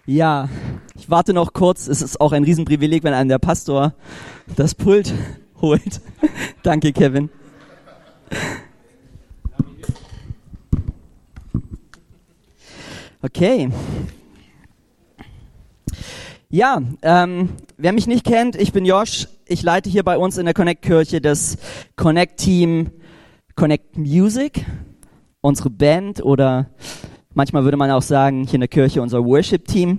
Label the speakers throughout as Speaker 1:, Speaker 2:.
Speaker 1: Ja, ich warte noch kurz. Es ist auch ein Riesenprivileg, wenn einem der Pastor das Pult holt. Danke, Kevin. Okay. Ja, wer mich nicht kennt, ich bin Josh. Ich leite hier bei uns in der Connect-Kirche das Connect-Team Connect Music, unsere Band, oder manchmal würde man auch sagen, hier in der Kirche unser Worship-Team.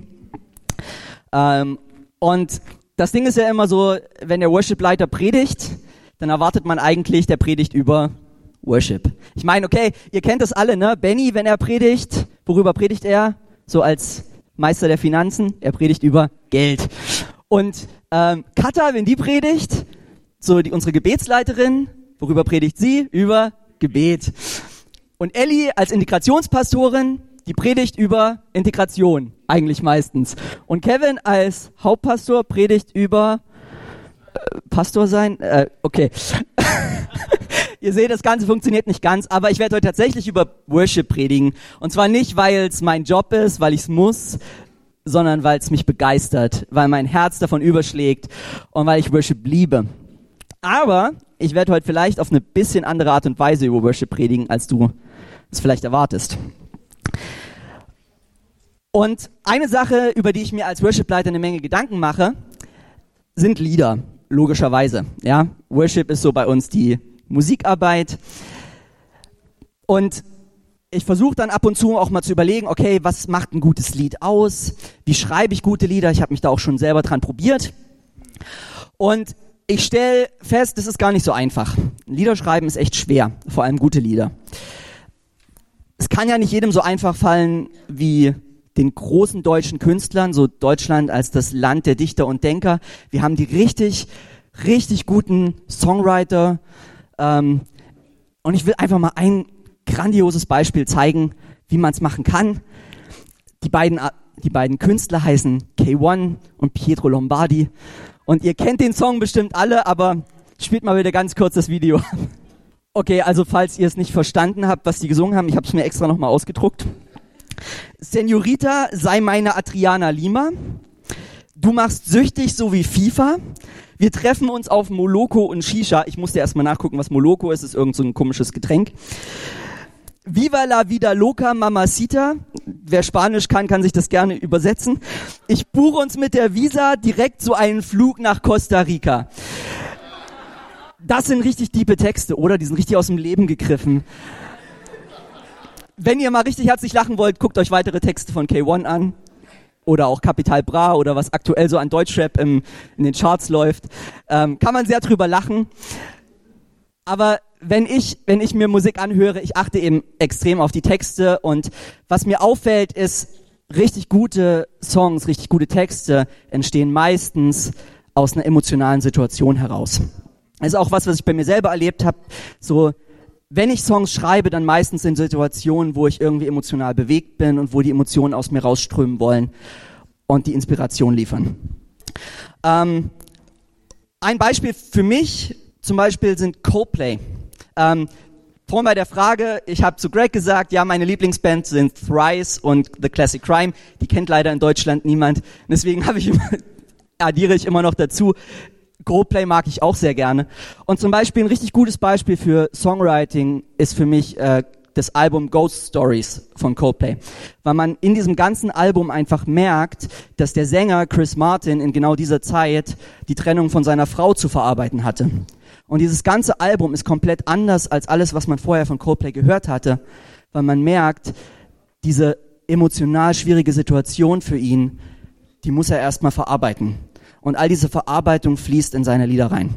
Speaker 1: Und das Ding ist ja immer so, wenn der Worship-Leiter predigt, dann erwartet man eigentlich, der predigt über Worship. Ich meine, okay, ihr kennt das alle, ne? Benny, wenn er predigt, worüber predigt er? So als Meister der Finanzen, er predigt über Geld. Und Katha, wenn die predigt, so unsere Gebetsleiterin, worüber predigt sie? Über Gebet. Und Elli als Integrationspastorin, die predigt über Integration, eigentlich meistens. Und Kevin als Hauptpastor predigt über Pastor sein? Okay. Ihr seht, das Ganze funktioniert nicht ganz, aber ich werde heute tatsächlich über Worship predigen. Und zwar nicht, weil es mein Job ist, weil ich es muss, sondern weil es mich begeistert, weil mein Herz davon überschlägt und weil ich Worship liebe. Aber ich werde heute vielleicht auf eine bisschen andere Art und Weise über Worship predigen, als du es vielleicht erwartest. Und eine Sache, über die ich mir als Worship-Leiter eine Menge Gedanken mache, sind Lieder, logischerweise. Ja? Worship ist so bei uns die Musikarbeit. Und ich versuche dann ab und zu auch mal zu überlegen, okay, was macht ein gutes Lied aus? Wie schreibe ich gute Lieder? Ich habe mich da auch schon selber dran probiert. Und ich stelle fest, das ist gar nicht so einfach. Lieder schreiben ist echt schwer, vor allem gute Lieder. Es kann ja nicht jedem so einfach fallen wie den großen deutschen Künstlern, so Deutschland als das Land der Dichter und Denker. Wir haben die richtig, richtig guten Songwriter. Und ich will einfach mal ein grandioses Beispiel zeigen, wie man es machen kann. Die beiden Künstler heißen K1 und Pietro Lombardi. Und ihr kennt den Song bestimmt alle, aber spielt mal wieder ganz kurz das Video. Okay, also falls ihr es nicht verstanden habt, was die gesungen haben, ich habe es mir extra nochmal ausgedruckt. Senorita, sei meine Adriana Lima. Du machst süchtig, so wie FIFA. Wir treffen uns auf Moloko und Shisha. Ich musste erstmal nachgucken, was Moloko ist. Das ist irgend so ein komisches Getränk. Viva la vida loca, mamacita. Wer Spanisch kann, kann sich das gerne übersetzen. Ich buche uns mit der Visa direkt so einen Flug nach Costa Rica. Das sind richtig tiefe Texte, oder? Die sind richtig aus dem Leben gegriffen. Wenn ihr mal richtig herzlich lachen wollt, guckt euch weitere Texte von K1 an. Oder auch Capital Bra oder was aktuell so an Deutschrap in den Charts läuft. Kann man sehr drüber lachen. Aber wenn ich mir Musik anhöre, ich achte eben extrem auf die Texte. Und was mir auffällt, ist, richtig gute Songs, richtig gute Texte entstehen meistens aus einer emotionalen Situation heraus. Das ist auch was ich bei mir selber erlebt habe. So, wenn ich Songs schreibe, dann meistens in Situationen, wo ich irgendwie emotional bewegt bin und wo die Emotionen aus mir rausströmen wollen und die Inspiration liefern. Ein Beispiel für mich zum Beispiel sind Coldplay. Vorhin bei der Frage, ich habe zu Greg gesagt, ja, meine Lieblingsbands sind Thrice und The Classic Crime. Die kennt leider in Deutschland niemand. Deswegen addiere ich immer noch dazu. Coldplay mag ich auch sehr gerne. Und zum Beispiel ein richtig gutes Beispiel für Songwriting ist für mich das Album Ghost Stories von Coldplay. Weil man in diesem ganzen Album einfach merkt, dass der Sänger Chris Martin in genau dieser Zeit die Trennung von seiner Frau zu verarbeiten hatte. Und dieses ganze Album ist komplett anders als alles, was man vorher von Coldplay gehört hatte, weil man merkt, diese emotional schwierige Situation für ihn, die muss er erstmal verarbeiten. Und all diese Verarbeitung fließt in seine Lieder rein.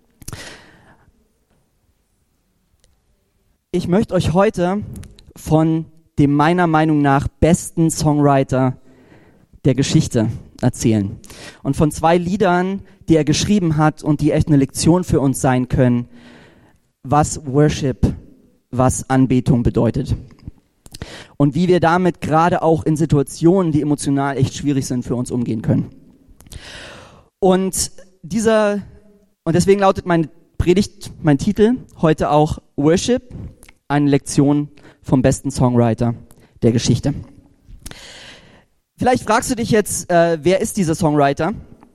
Speaker 1: Ich möchte euch heute von dem meiner Meinung nach besten Songwriter der Geschichte erzählen. Und von 2 Liedern, die er geschrieben hat und die echt eine Lektion für uns sein können, was Worship, was Anbetung bedeutet. Und wie wir damit gerade auch in Situationen, die emotional echt schwierig sind, für uns umgehen können. Und deswegen lautet meine Predigt, mein Titel heute auch Worship, eine Lektion vom besten Songwriter der Geschichte. Vielleicht fragst du dich jetzt, wer ist dieser Songwriter?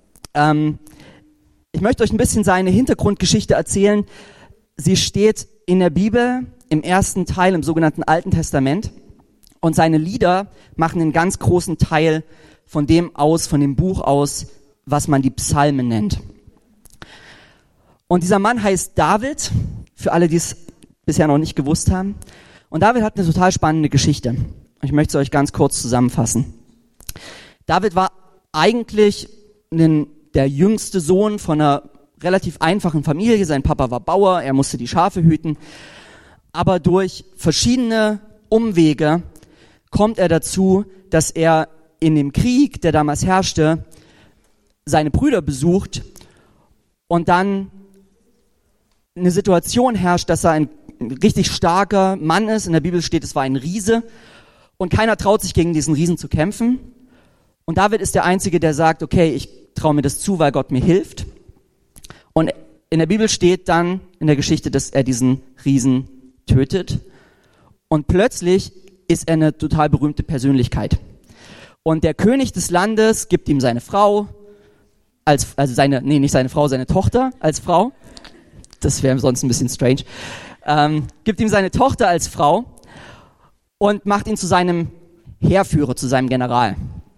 Speaker 1: Ich möchte euch ein bisschen seine Hintergrundgeschichte erzählen. Sie steht in der Bibel im ersten Teil, im sogenannten Alten Testament. Und seine Lieder machen einen ganz großen Teil von dem Buch aus, was man die Psalmen nennt. Und dieser Mann heißt David, für alle, die es bisher noch nicht gewusst haben. Und David hat eine total spannende Geschichte. Ich möchte es euch ganz kurz zusammenfassen. David war eigentlich der jüngste Sohn von einer relativ einfachen Familie. Sein Papa war Bauer, er musste die Schafe hüten. Aber durch verschiedene Umwege kommt er dazu, dass er in dem Krieg, der damals herrschte, seine Brüder besucht und dann eine Situation herrscht, dass er ein richtig starker Mann ist. In der Bibel steht, es war ein Riese und keiner traut sich gegen diesen Riesen zu kämpfen. Und David ist der Einzige, der sagt, okay, ich traue mir das zu, weil Gott mir hilft. Und in der Bibel steht dann in der Geschichte, dass er diesen Riesen tötet. Und plötzlich ist er eine total berühmte Persönlichkeit. Und der König des Landes gibt ihm seine Frau, seine Tochter als Frau. Das wäre sonst ein bisschen strange. Gibt ihm seine Tochter als Frau und macht ihn zu seinem Heerführer, zu seinem General.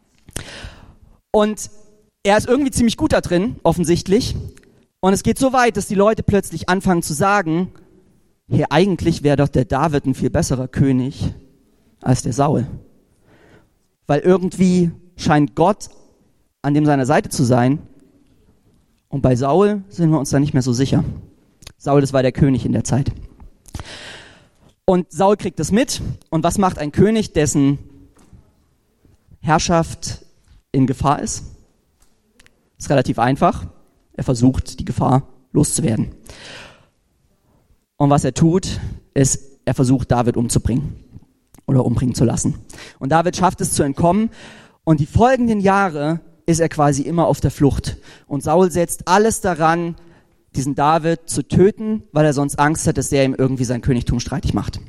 Speaker 1: Und er ist irgendwie ziemlich gut da drin, offensichtlich. Und es geht so weit, dass die Leute plötzlich anfangen zu sagen, hey, eigentlich wäre doch der David ein viel besserer König als der Saul. Weil irgendwie scheint Gott an dem seiner Seite zu sein. Und bei Saul sind wir uns da nicht mehr so sicher. Saul, das war der König in der Zeit. Und Saul kriegt das mit. Und was macht ein König, dessen Herrschaft in Gefahr ist? Das ist relativ einfach. Er versucht, die Gefahr loszuwerden. Und was er tut, ist, er versucht, David umzubringen oder umbringen zu lassen. Und David schafft es zu entkommen. Und die folgenden Jahre ist er quasi immer auf der Flucht. Und Saul setzt alles daran, diesen David zu töten, weil er sonst Angst hat, dass der ihm irgendwie sein Königtum streitig macht.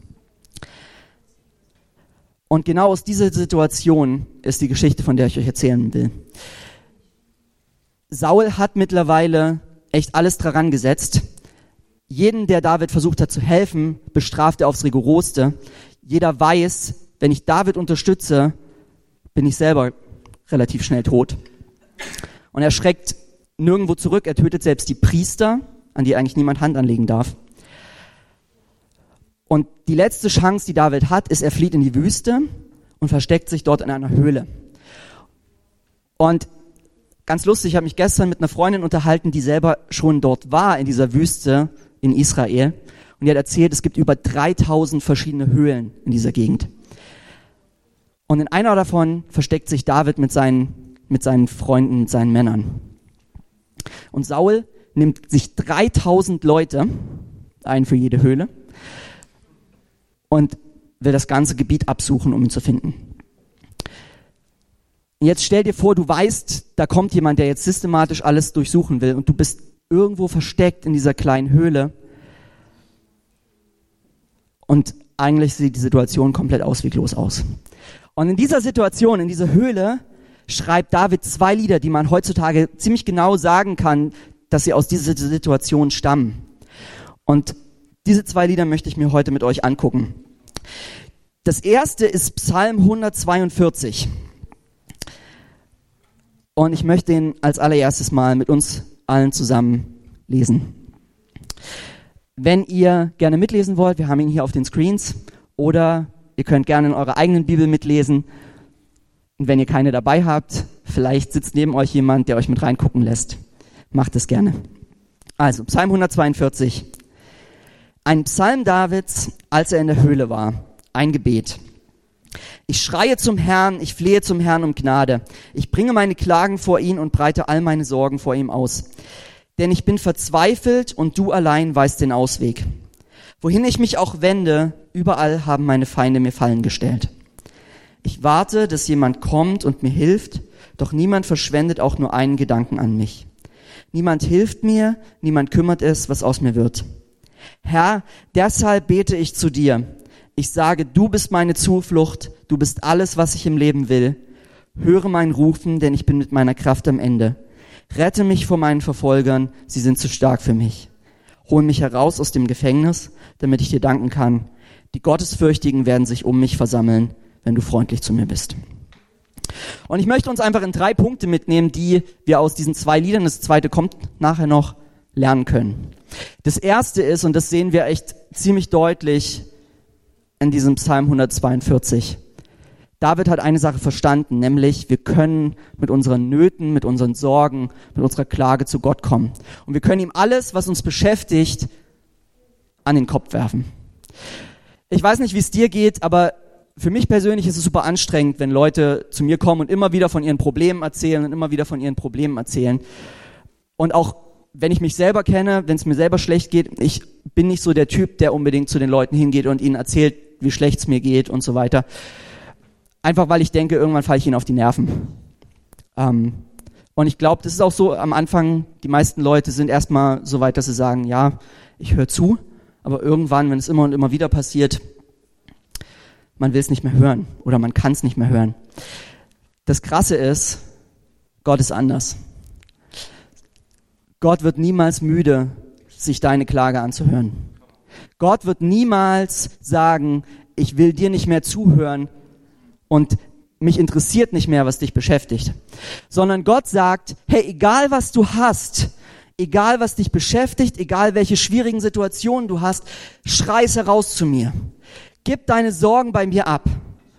Speaker 1: Und genau aus dieser Situation ist die Geschichte, von der ich euch erzählen will. Saul hat mittlerweile echt alles daran gesetzt. Jeden, der David versucht hat zu helfen, bestraft er aufs Rigorosste. Jeder weiß, wenn ich David unterstütze, bin ich selber relativ schnell tot. Und er schreckt nirgendwo zurück. Er tötet selbst die Priester, an die eigentlich niemand Hand anlegen darf. Und die letzte Chance, die David hat, ist, er flieht in die Wüste und versteckt sich dort in einer Höhle. Und ganz lustig, ich habe mich gestern mit einer Freundin unterhalten, die selber schon dort war, in dieser Wüste in Israel. Und die hat erzählt, es gibt über 3000 verschiedene Höhlen in dieser Gegend. Und in einer davon versteckt sich David mit seinen Freunden, mit seinen Männern. Und Saul nimmt sich 3000 Leute, einen für jede Höhle, und will das ganze Gebiet absuchen, um ihn zu finden. Jetzt stell dir vor, du weißt, da kommt jemand, der jetzt systematisch alles durchsuchen will und du bist irgendwo versteckt in dieser kleinen Höhle und eigentlich sieht die Situation komplett ausweglos aus. Und in dieser Situation, in dieser Höhle, schreibt David 2 Lieder, die man heutzutage ziemlich genau sagen kann, dass sie aus dieser Situation stammen. Und diese 2 Lieder möchte ich mir heute mit euch angucken. Das erste ist Psalm 142. Und ich möchte ihn als allererstes mal mit uns allen zusammen lesen. Wenn ihr gerne mitlesen wollt, wir haben ihn hier auf den Screens, oder ihr könnt gerne in eurer eigenen Bibel mitlesen. Und wenn ihr keine dabei habt, vielleicht sitzt neben euch jemand, der euch mit reingucken lässt. Macht es gerne. Also, Psalm 142. Ein Psalm Davids, als er in der Höhle war. Ein Gebet. Ich schreie zum Herrn, ich flehe zum Herrn um Gnade. Ich bringe meine Klagen vor ihn und breite all meine Sorgen vor ihm aus. Denn ich bin verzweifelt und du allein weißt den Ausweg. Wohin ich mich auch wende, überall haben meine Feinde mir Fallen gestellt. Ich warte, dass jemand kommt und mir hilft, doch niemand verschwendet auch nur einen Gedanken an mich. Niemand hilft mir, niemand kümmert es, was aus mir wird. Herr, deshalb bete ich zu dir. Ich sage, du bist meine Zuflucht, du bist alles, was ich im Leben will. Höre mein Rufen, denn ich bin mit meiner Kraft am Ende. Rette mich vor meinen Verfolgern, sie sind zu stark für mich. Hol mich heraus aus dem Gefängnis, damit ich dir danken kann. Die Gottesfürchtigen werden sich um mich versammeln, wenn du freundlich zu mir bist. Und ich möchte uns einfach in 3 Punkte mitnehmen, die wir aus diesen 2 Liedern, das zweite kommt nachher noch, lernen können. Das erste ist, und das sehen wir echt ziemlich deutlich in diesem Psalm 142. David hat eine Sache verstanden, nämlich wir können mit unseren Nöten, mit unseren Sorgen, mit unserer Klage zu Gott kommen. Und wir können ihm alles, was uns beschäftigt, an den Kopf werfen. Ich weiß nicht, wie es dir geht, aber für mich persönlich ist es super anstrengend, wenn Leute zu mir kommen und immer wieder von ihren Problemen erzählen und immer wieder von ihren Problemen erzählen. Und auch wenn ich mich selber kenne, wenn es mir selber schlecht geht, ich bin nicht so der Typ, der unbedingt zu den Leuten hingeht und ihnen erzählt, wie schlecht es mir geht und so weiter. Einfach weil ich denke, irgendwann falle ich ihnen auf die Nerven. Und ich glaube, das ist auch so am Anfang, die meisten Leute sind erstmal so weit, dass sie sagen, ja, ich höre zu, aber irgendwann, wenn es immer und immer wieder passiert, man will es nicht mehr hören oder man kann es nicht mehr hören. Das Krasse ist, Gott ist anders. Gott wird niemals müde, sich deine Klage anzuhören. Gott wird niemals sagen, ich will dir nicht mehr zuhören und mich interessiert nicht mehr, was dich beschäftigt. Sondern Gott sagt, hey, egal was du hast, egal was dich beschäftigt, egal welche schwierigen Situationen du hast, schrei es heraus zu mir. Gib deine Sorgen bei mir ab,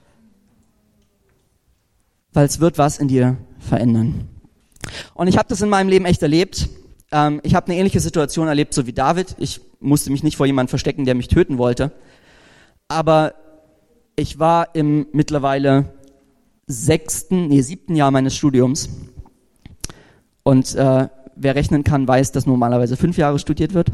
Speaker 1: weil es wird was in dir verändern. Und ich habe das in meinem Leben echt erlebt. Ich habe eine ähnliche Situation erlebt, so wie David. Ich musste mich nicht vor jemandem verstecken, der mich töten wollte. Aber ich war im mittlerweile 7. Jahr meines Studiums. Und wer rechnen kann, weiß, dass normalerweise 5 Jahre studiert wird.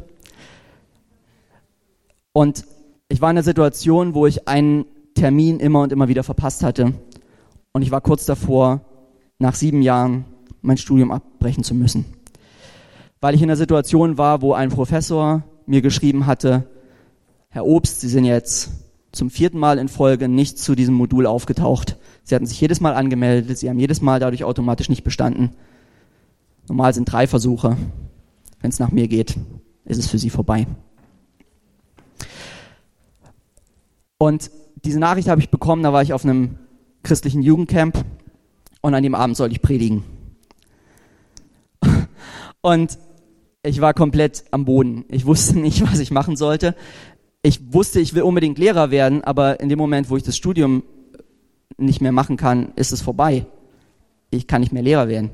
Speaker 1: Und ich war in einer Situation, wo ich einen Termin immer und immer wieder verpasst hatte. Und ich war kurz davor, nach 7 Jahren mein Studium abbrechen zu müssen. Weil ich in einer Situation war, wo ein Professor mir geschrieben hatte, Herr Obst, Sie sind jetzt zum 4. Mal in Folge nicht zu diesem Modul aufgetaucht. Sie hatten sich jedes Mal angemeldet, Sie haben jedes Mal dadurch automatisch nicht bestanden. Normal sind 3 Versuche. Wenn es nach mir geht, ist es für Sie vorbei. Und diese Nachricht habe ich bekommen, da war ich auf einem christlichen Jugendcamp und an dem Abend sollte ich predigen. Und ich war komplett am Boden. Ich wusste nicht, was ich machen sollte. Ich wusste, ich will unbedingt Lehrer werden, aber in dem Moment, wo ich das Studium nicht mehr machen kann, ist es vorbei. Ich kann nicht mehr Lehrer werden.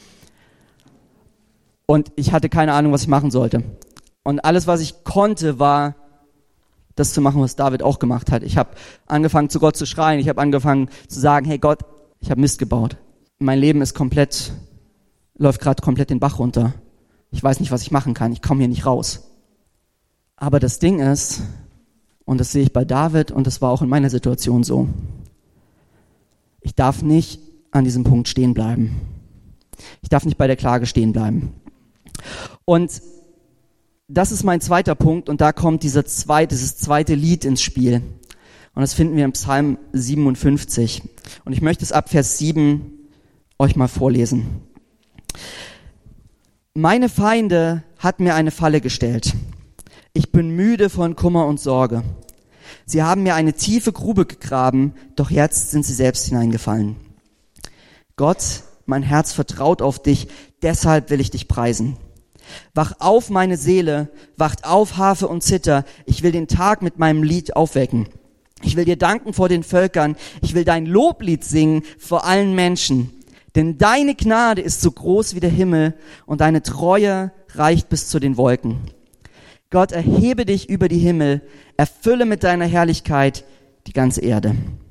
Speaker 1: Und ich hatte keine Ahnung, was ich machen sollte. Und alles, was ich konnte, war das zu machen, was David auch gemacht hat. Ich habe angefangen, zu Gott zu schreien. Ich habe angefangen zu sagen, hey Gott, ich habe Mist gebaut. Mein Leben ist läuft gerade komplett den Bach runter. Ich weiß nicht, was ich machen kann. Ich komme hier nicht raus. Aber das Ding ist, und das sehe ich bei David und das war auch in meiner Situation so, ich darf nicht an diesem Punkt stehen bleiben. Ich darf nicht bei der Klage stehen bleiben. Und das ist mein zweiter Punkt und da kommt dieses zweite Lied ins Spiel. Und das finden wir im Psalm 57. Und ich möchte es ab Vers 7 euch mal vorlesen. Meine Feinde hat mir eine Falle gestellt. Ich bin müde von Kummer und Sorge. Sie haben mir eine tiefe Grube gegraben, doch jetzt sind sie selbst hineingefallen. Gott, mein Herz vertraut auf dich, deshalb will ich dich preisen. Wach auf, meine Seele, wacht auf, Harfe und Zither. Ich will den Tag mit meinem Lied aufwecken. Ich will dir danken vor den Völkern. Ich will dein Loblied singen vor allen Menschen. Denn deine Gnade ist so groß wie der Himmel und deine Treue reicht bis zu den Wolken. Gott, erhebe dich über die Himmel, erfülle mit deiner Herrlichkeit die ganze Erde.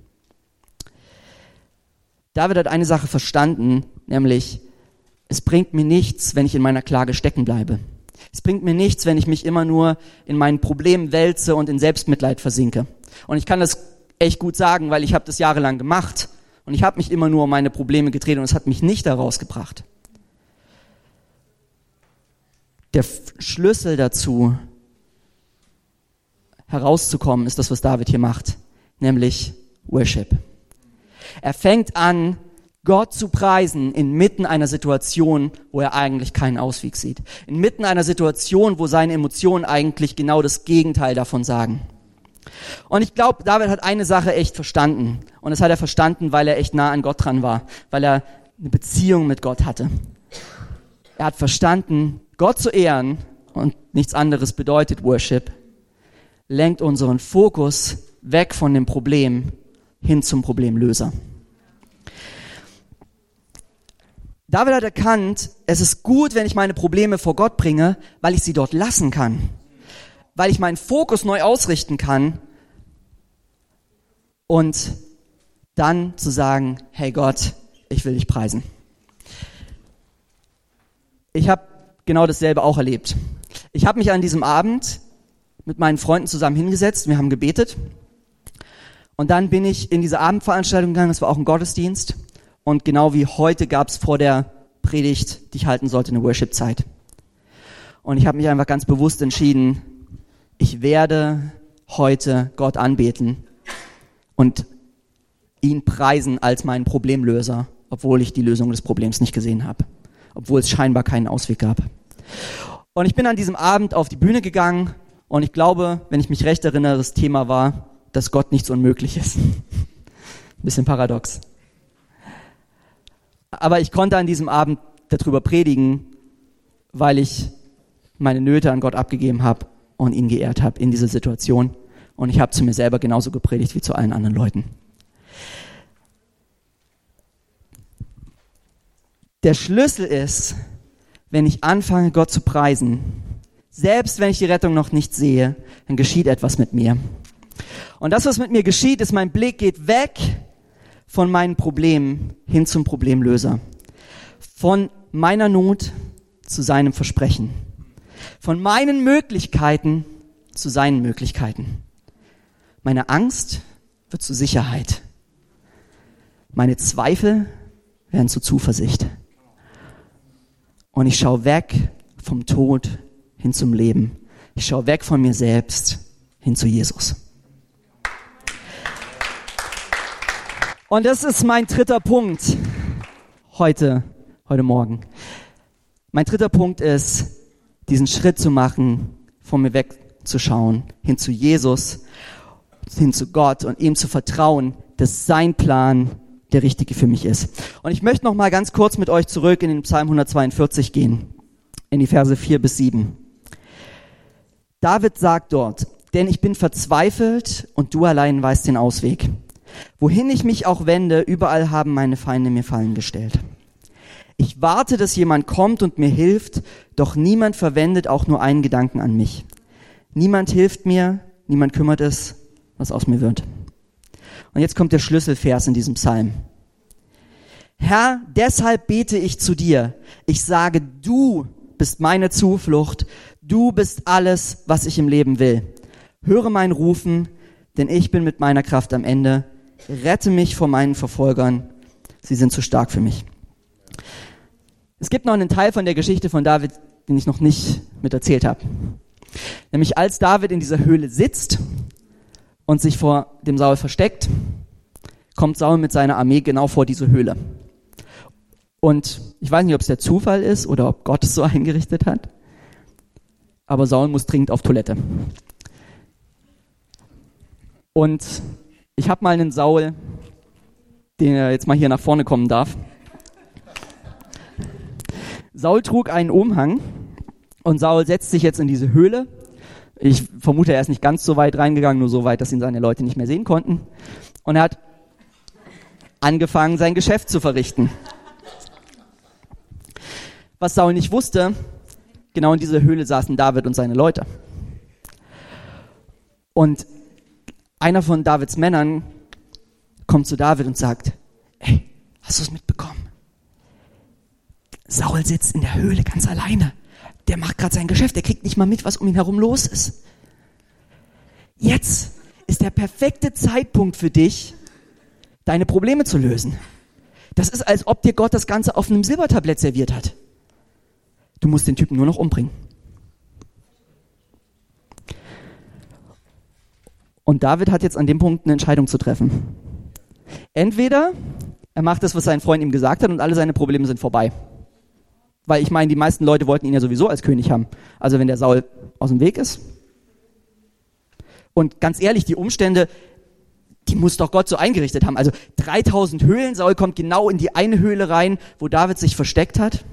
Speaker 1: David hat eine Sache verstanden, nämlich, es bringt mir nichts, wenn ich in meiner Klage stecken bleibe. Es bringt mir nichts, wenn ich mich immer nur in meinen Problemen wälze und in Selbstmitleid versinke. Und ich kann das echt gut sagen, weil ich habe das jahrelang gemacht. Und ich habe mich immer nur um meine Probleme gedreht und es hat mich nicht daraus gebracht. Der Schlüssel dazu, herauszukommen, ist das, was David hier macht, nämlich Worship. Er fängt an, Gott zu preisen inmitten einer Situation, wo er eigentlich keinen Ausweg sieht. Inmitten einer Situation, wo seine Emotionen eigentlich genau das Gegenteil davon sagen. Und ich glaube, David hat eine Sache echt verstanden. Und das hat er verstanden, weil er echt nah an Gott dran war, weil er eine Beziehung mit Gott hatte. Er hat verstanden, Gott zu ehren, und nichts anderes bedeutet Worship, lenkt unseren Fokus weg von dem Problem hin zum Problemlöser. David hat erkannt, es ist gut, wenn ich meine Probleme vor Gott bringe, weil ich sie dort lassen kann. Weil ich meinen Fokus neu ausrichten kann und dann zu sagen, hey Gott, ich will dich preisen. Ich habe genau dasselbe auch erlebt. Ich habe mich an diesem Abend mit meinen Freunden zusammen hingesetzt, wir haben gebetet und dann bin ich in diese Abendveranstaltung gegangen, es war auch ein Gottesdienst. Und genau wie heute gab es vor der Predigt, die ich halten sollte, eine Worship-Zeit. Und ich habe mich einfach ganz bewusst entschieden, ich werde heute Gott anbeten und ihn preisen als meinen Problemlöser, obwohl ich die Lösung des Problems nicht gesehen habe, obwohl es scheinbar keinen Ausweg gab. Und ich bin an diesem Abend auf die Bühne gegangen und ich glaube, wenn ich mich recht erinnere, das Thema war, dass Gott nichts unmöglich ist. Ein bisschen paradox. Aber ich konnte an diesem Abend darüber predigen, weil ich meine Nöte an Gott abgegeben habe und ihn geehrt habe in dieser Situation. Und ich habe zu mir selber genauso gepredigt wie zu allen anderen Leuten. Der Schlüssel ist, wenn ich anfange, Gott zu preisen, selbst wenn ich die Rettung noch nicht sehe, dann geschieht etwas mit mir. Und das, was mit mir geschieht, ist, mein Blick geht weg von meinen Problemen hin zum Problemlöser. Von meiner Not zu seinem Versprechen. Von meinen Möglichkeiten zu seinen Möglichkeiten. Meine Angst wird zu Sicherheit. Meine Zweifel werden zu Zuversicht. Und ich schaue weg vom Tod hin zum Leben. Ich schaue weg von mir selbst hin zu Jesus. Und das ist mein dritter Punkt heute Morgen. Mein dritter Punkt ist, diesen Schritt zu machen, von mir wegzuschauen, hin zu Jesus, hin zu Gott und ihm zu vertrauen, dass sein Plan der richtige für mich ist. Und ich möchte noch mal ganz kurz mit euch zurück in den Psalm 142 gehen, in die Verse 4 bis 7. David sagt dort, denn ich bin verzweifelt und du allein weißt den Ausweg. Wohin ich mich auch wende, überall haben meine Feinde mir Fallen gestellt. Ich warte, dass jemand kommt und mir hilft, doch niemand verwendet auch nur einen Gedanken an mich. Niemand hilft mir, niemand kümmert es, was aus mir wird. Und jetzt kommt der Schlüsselvers in diesem Psalm. Herr, deshalb bete ich zu dir. Ich sage, du bist meine Zuflucht. Du bist alles, was ich im Leben will. Höre mein Rufen, denn ich bin mit meiner Kraft am Ende. Rette mich vor meinen Verfolgern. Sie sind zu stark für mich. Es gibt noch einen Teil von der Geschichte von David, den ich noch nicht mit erzählt habe. Nämlich als David in dieser Höhle sitzt und sich vor dem Saul versteckt, kommt Saul mit seiner Armee genau vor diese Höhle. Und ich weiß nicht, ob es der Zufall ist oder ob Gott es so eingerichtet hat, aber Saul muss dringend auf Toilette. Und ich habe mal einen Saul, der jetzt mal hier nach vorne kommen darf. Saul trug einen Umhang und Saul setzt sich jetzt in diese Höhle. Ich vermute, er ist nicht ganz so weit reingegangen, nur so weit, dass ihn seine Leute nicht mehr sehen konnten. Und er hat angefangen, sein Geschäft zu verrichten. Was Saul nicht wusste, genau in dieser Höhle saßen David und seine Leute. Und einer von Davids Männern kommt zu David und sagt, hey, hast du es mitbekommen? Saul sitzt in der Höhle ganz alleine. Der macht gerade sein Geschäft, der kriegt nicht mal mit, was um ihn herum los ist. Jetzt ist der perfekte Zeitpunkt für dich, deine Probleme zu lösen. Das ist, als ob dir Gott das Ganze auf einem Silbertablett serviert hat. Du musst den Typen nur noch umbringen. Und David hat jetzt an dem Punkt eine Entscheidung zu treffen. Entweder Er macht das, was sein Freund ihm gesagt hat und alle seine Probleme sind vorbei. Weil ich meine, die meisten Leute wollten ihn ja sowieso als König haben. Also wenn der Saul aus dem Weg ist. Und ganz ehrlich, die Umstände, die muss doch Gott so eingerichtet haben. Also 3000 Höhlen, Saul kommt genau in die eine Höhle rein, wo David sich versteckt hat.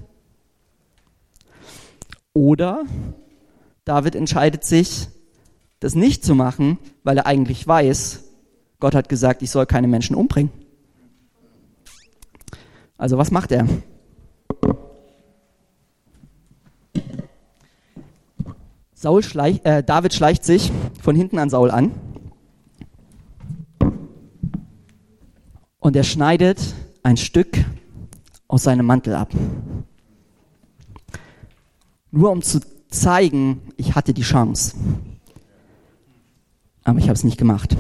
Speaker 1: Oder David entscheidet sich, das nicht zu machen, weil er eigentlich weiß, Gott hat gesagt, ich soll keine Menschen umbringen. Also was macht er? David schleicht sich von hinten an Saul an und er schneidet ein Stück aus seinem Mantel ab. Nur um zu zeigen, ich hatte die Chance. Aber ich habe es nicht gemacht.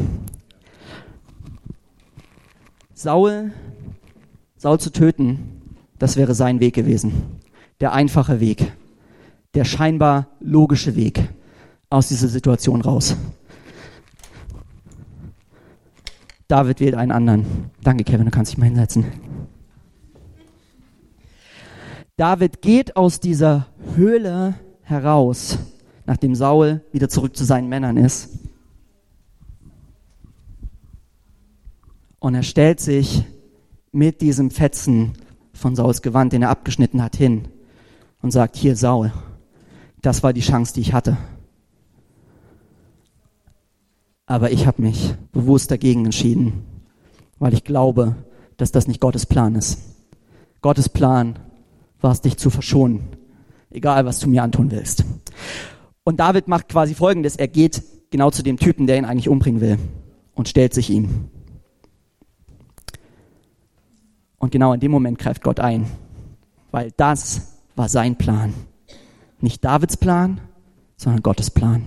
Speaker 1: Saul zu töten, das wäre sein Weg gewesen. Der einfache Weg. Der scheinbar logische Weg aus dieser Situation raus. David wählt einen anderen. Danke, Kevin, du kannst dich mal hinsetzen. David geht aus dieser Höhle heraus, nachdem Saul wieder zurück zu seinen Männern ist. Und er stellt sich mit diesem Fetzen von Sauls Gewand, den er abgeschnitten hat, hin und sagt, hier Saul, das war die Chance, die ich hatte. Aber ich habe mich bewusst dagegen entschieden, weil ich glaube, dass das nicht Gottes Plan ist. Gottes Plan war es, dich zu verschonen, egal was du mir antun willst. Und David macht quasi Folgendes, er geht genau zu dem Typen, der ihn eigentlich umbringen will und stellt sich ihm. Und genau in dem Moment greift Gott ein, weil das war sein Plan. Nicht Davids Plan, sondern Gottes Plan.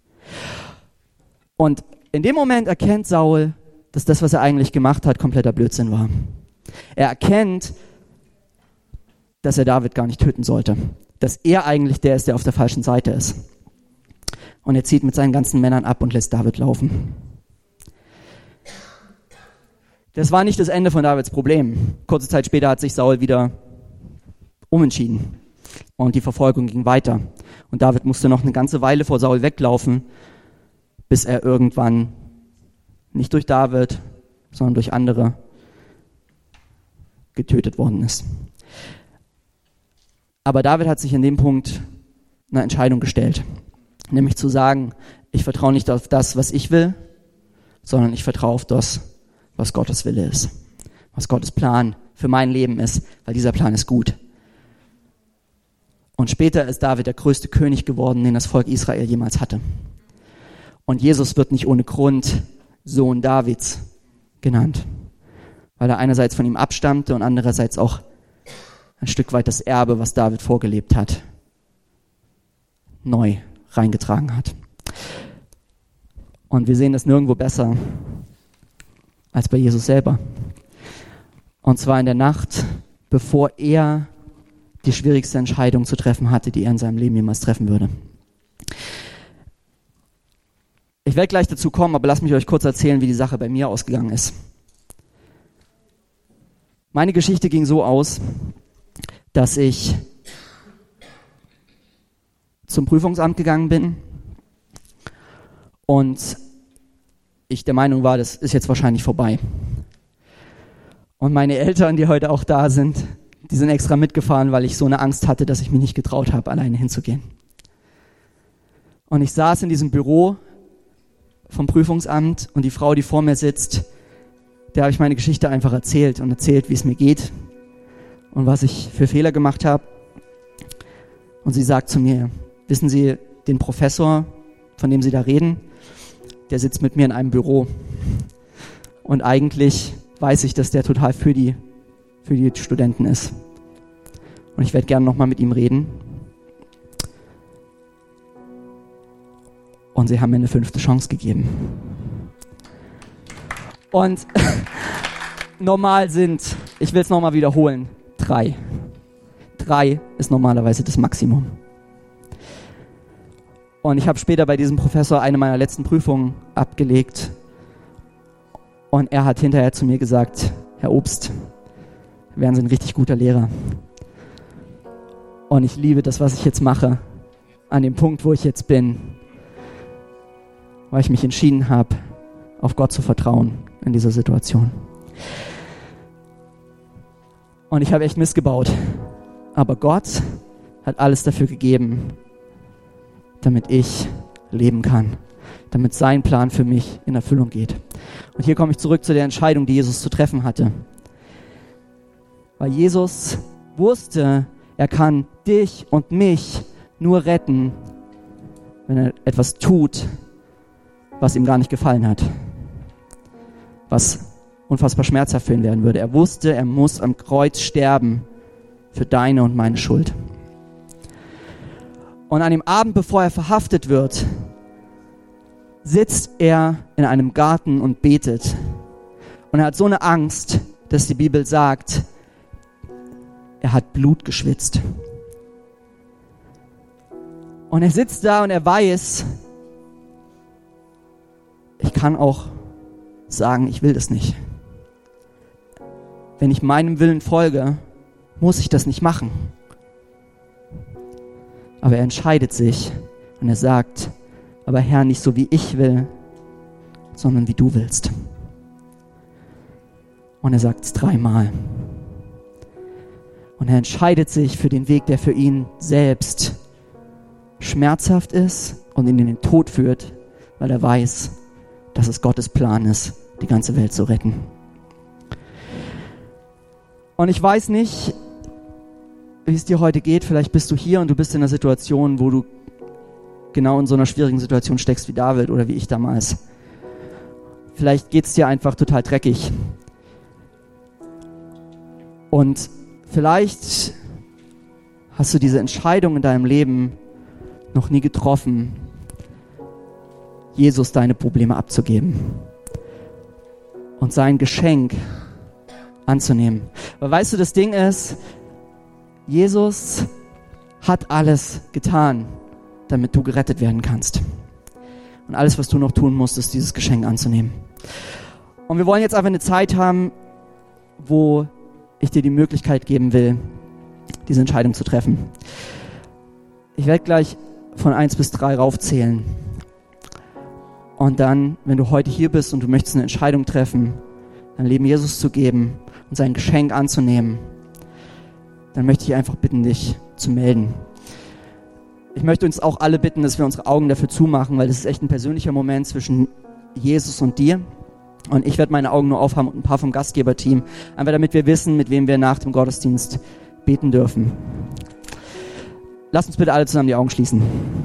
Speaker 1: Und in dem Moment erkennt Saul, dass das, was er eigentlich gemacht hat, kompletter Blödsinn war. Er erkennt, dass er David gar nicht töten sollte. Dass er eigentlich der ist, der auf der falschen Seite ist. Und er zieht mit seinen ganzen Männern ab und lässt David laufen. Das war nicht das Ende von Davids Problem. Kurze Zeit später hat sich Saul wieder umentschieden. Und die Verfolgung ging weiter. Und David musste noch eine ganze Weile vor Saul weglaufen, bis er irgendwann, nicht durch David, sondern durch andere, getötet worden ist. Aber David hat sich in dem Punkt eine Entscheidung gestellt. Nämlich zu sagen, ich vertraue nicht auf das, was ich will, sondern ich vertraue auf das, was Gottes Wille ist. Was Gottes Plan für mein Leben ist, weil dieser Plan ist gut. Und später ist David der größte König geworden, den das Volk Israel jemals hatte. Und Jesus wird nicht ohne Grund Sohn Davids genannt, weil er einerseits von ihm abstammte und andererseits auch ein Stück weit das Erbe, was David vorgelebt hat, neu reingetragen hat. Und wir sehen das nirgendwo besser als bei Jesus selber. Und zwar in der Nacht, bevor er die schwierigste Entscheidung zu treffen hatte, die er in seinem Leben jemals treffen würde. Ich werde gleich dazu kommen, aber lasst mich euch kurz erzählen, wie die Sache bei mir ausgegangen ist. Meine Geschichte ging so aus, dass ich zum Prüfungsamt gegangen bin und ich der Meinung war, das ist jetzt wahrscheinlich vorbei. Und meine Eltern, die heute auch da sind, die sind extra mitgefahren, weil ich so eine Angst hatte, dass ich mich nicht getraut habe, alleine hinzugehen. Und ich saß in diesem Büro vom Prüfungsamt und die Frau, die vor mir sitzt, der habe ich meine Geschichte einfach erzählt und erzählt, wie es mir geht und was ich für Fehler gemacht habe. Und sie sagt zu mir, wissen Sie, den Professor, von dem Sie da reden, der sitzt mit mir in einem Büro. Und eigentlich weiß ich, dass der total für die Studenten ist. Und ich werde gerne nochmal mit ihm reden. Und sie haben mir eine 5. Chance gegeben. Und normal sind, ich will es nochmal wiederholen, 3. 3 ist normalerweise das Maximum. Und ich habe später bei diesem Professor eine meiner letzten Prüfungen abgelegt. Und er hat hinterher zu mir gesagt, Herr Obst, wären sie ein richtig guter Lehrer. Und ich liebe das, was ich jetzt mache, an dem Punkt, wo ich jetzt bin, weil ich mich entschieden habe, auf Gott zu vertrauen in dieser Situation. Und ich habe echt Mist gebaut. Aber Gott hat alles dafür gegeben, damit ich leben kann, damit sein Plan für mich in Erfüllung geht. Und hier komme ich zurück zu der Entscheidung, die Jesus zu treffen hatte. Weil Jesus wusste, er kann dich und mich nur retten, wenn er etwas tut, was ihm gar nicht gefallen hat. Was unfassbar schmerzhaft für ihn werden würde. Er wusste, er muss am Kreuz sterben für deine und meine Schuld. Und an dem Abend, bevor er verhaftet wird, sitzt er in einem Garten und betet. Und er hat so eine Angst, dass die Bibel sagt, er hat Blut geschwitzt. Und er sitzt da und er weiß, ich kann auch sagen, ich will das nicht. Wenn ich meinem Willen folge, muss ich das nicht machen. Aber er entscheidet sich und er sagt, aber Herr, nicht so wie ich will, sondern wie du willst. Und er sagt es 3-mal. Und er entscheidet sich für den Weg, der für ihn selbst schmerzhaft ist und ihn in den Tod führt, weil er weiß, dass es Gottes Plan ist, die ganze Welt zu retten. Und ich weiß nicht, wie es dir heute geht. Vielleicht bist du hier und du bist in einer Situation, wo du genau in so einer schwierigen Situation steckst wie David oder wie ich damals. Vielleicht geht es dir einfach total dreckig. Und vielleicht hast du diese Entscheidung in deinem Leben noch nie getroffen, Jesus deine Probleme abzugeben und sein Geschenk anzunehmen. Aber weißt du, das Ding ist, Jesus hat alles getan, damit du gerettet werden kannst. Und alles, was du noch tun musst, ist dieses Geschenk anzunehmen. Und wir wollen jetzt einfach eine Zeit haben, wo ich dir die Möglichkeit geben will, diese Entscheidung zu treffen. Ich werde gleich von 1 bis 3 raufzählen. Und dann, wenn du heute hier bist und du möchtest eine Entscheidung treffen, dein Leben Jesus zu geben und sein Geschenk anzunehmen, dann möchte ich einfach bitten, dich zu melden. Ich möchte uns auch alle bitten, dass wir unsere Augen dafür zumachen, weil das ist echt ein persönlicher Moment zwischen Jesus und dir. Und ich werde meine Augen nur aufhaben und ein paar vom Gastgeberteam, einfach damit wir wissen, mit wem wir nach dem Gottesdienst beten dürfen. Lasst uns bitte alle zusammen die Augen schließen.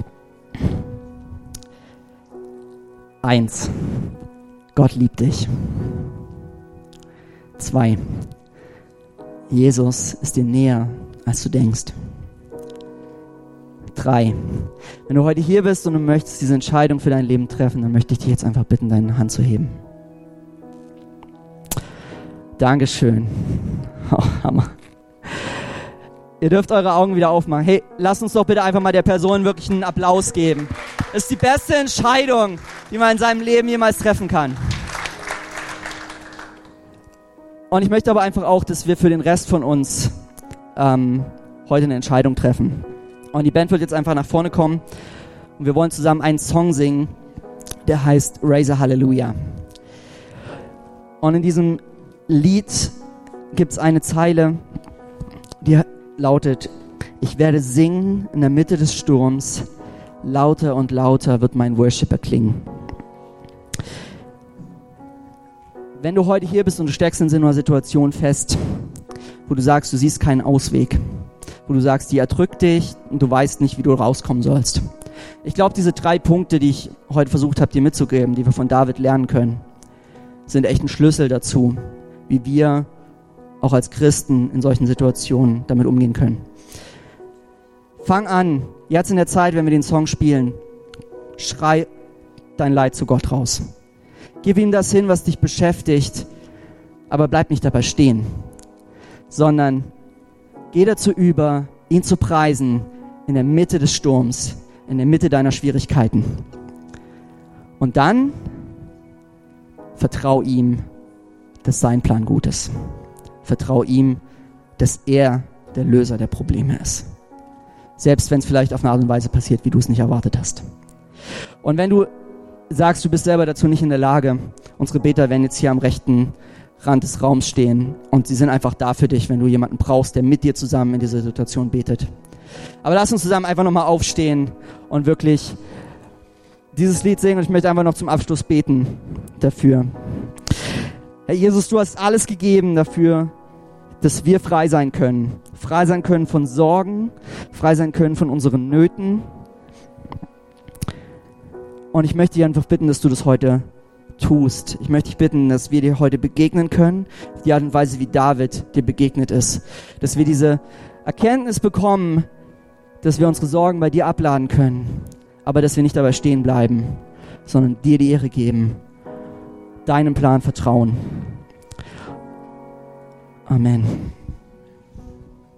Speaker 1: 1. Gott liebt dich. 2. Jesus ist dir näher, als du denkst. 3. Wenn du heute hier bist und du möchtest diese Entscheidung für dein Leben treffen, dann möchte ich dich jetzt einfach bitten, deine Hand zu heben. Dankeschön. Oh, Hammer. Ihr dürft eure Augen wieder aufmachen. Hey, lasst uns doch bitte einfach mal der Person wirklich einen Applaus geben. Das ist die beste Entscheidung, die man in seinem Leben jemals treffen kann. Und ich möchte aber einfach auch, dass wir für den Rest von uns heute eine Entscheidung treffen. Und die Band wird jetzt einfach nach vorne kommen und wir wollen zusammen einen Song singen, der heißt Raise a Hallelujah. Und in diesem Lied gibt es eine Zeile, die lautet: Ich werde singen in der Mitte des Sturms, lauter und lauter wird mein Worship erklingen. Wenn du heute hier bist und du steckst in so einer Situation fest, wo du sagst, du siehst keinen Ausweg, wo du sagst, die erdrückt dich und du weißt nicht, wie du rauskommen sollst. Ich glaube, diese 3 Punkte, die ich heute versucht habe, dir mitzugeben, die wir von David lernen können, sind echt ein Schlüssel dazu, wie wir auch als Christen in solchen Situationen damit umgehen können. Fang an, jetzt in der Zeit, wenn wir den Song spielen, schrei dein Leid zu Gott raus. Gib ihm das hin, was dich beschäftigt, aber bleib nicht dabei stehen, sondern geh dazu über, ihn zu preisen in der Mitte des Sturms, in der Mitte deiner Schwierigkeiten. Und dann vertrau ihm, dass sein Plan gut ist. Vertrau ihm, dass er der Löser der Probleme ist. Selbst wenn es vielleicht auf eine Art und Weise passiert, wie du es nicht erwartet hast. Und wenn du sagst, du bist selber dazu nicht in der Lage, unsere Beter werden jetzt hier am rechten Rand des Raums stehen und sie sind einfach da für dich, wenn du jemanden brauchst, der mit dir zusammen in dieser Situation betet. Aber lass uns zusammen einfach nochmal aufstehen und wirklich dieses Lied singen und ich möchte einfach noch zum Abschluss beten dafür. Herr Jesus, du hast alles gegeben dafür, dass wir frei sein können. Frei sein können von Sorgen, frei sein können von unseren Nöten. Und ich möchte dich einfach bitten, dass du das heute tust. Ich möchte dich bitten, dass wir dir heute begegnen können, auf die Art und Weise, wie David dir begegnet ist. Dass wir diese Erkenntnis bekommen, dass wir unsere Sorgen bei dir abladen können, aber dass wir nicht dabei stehen bleiben, sondern dir die Ehre geben, deinem Plan vertrauen. Amen.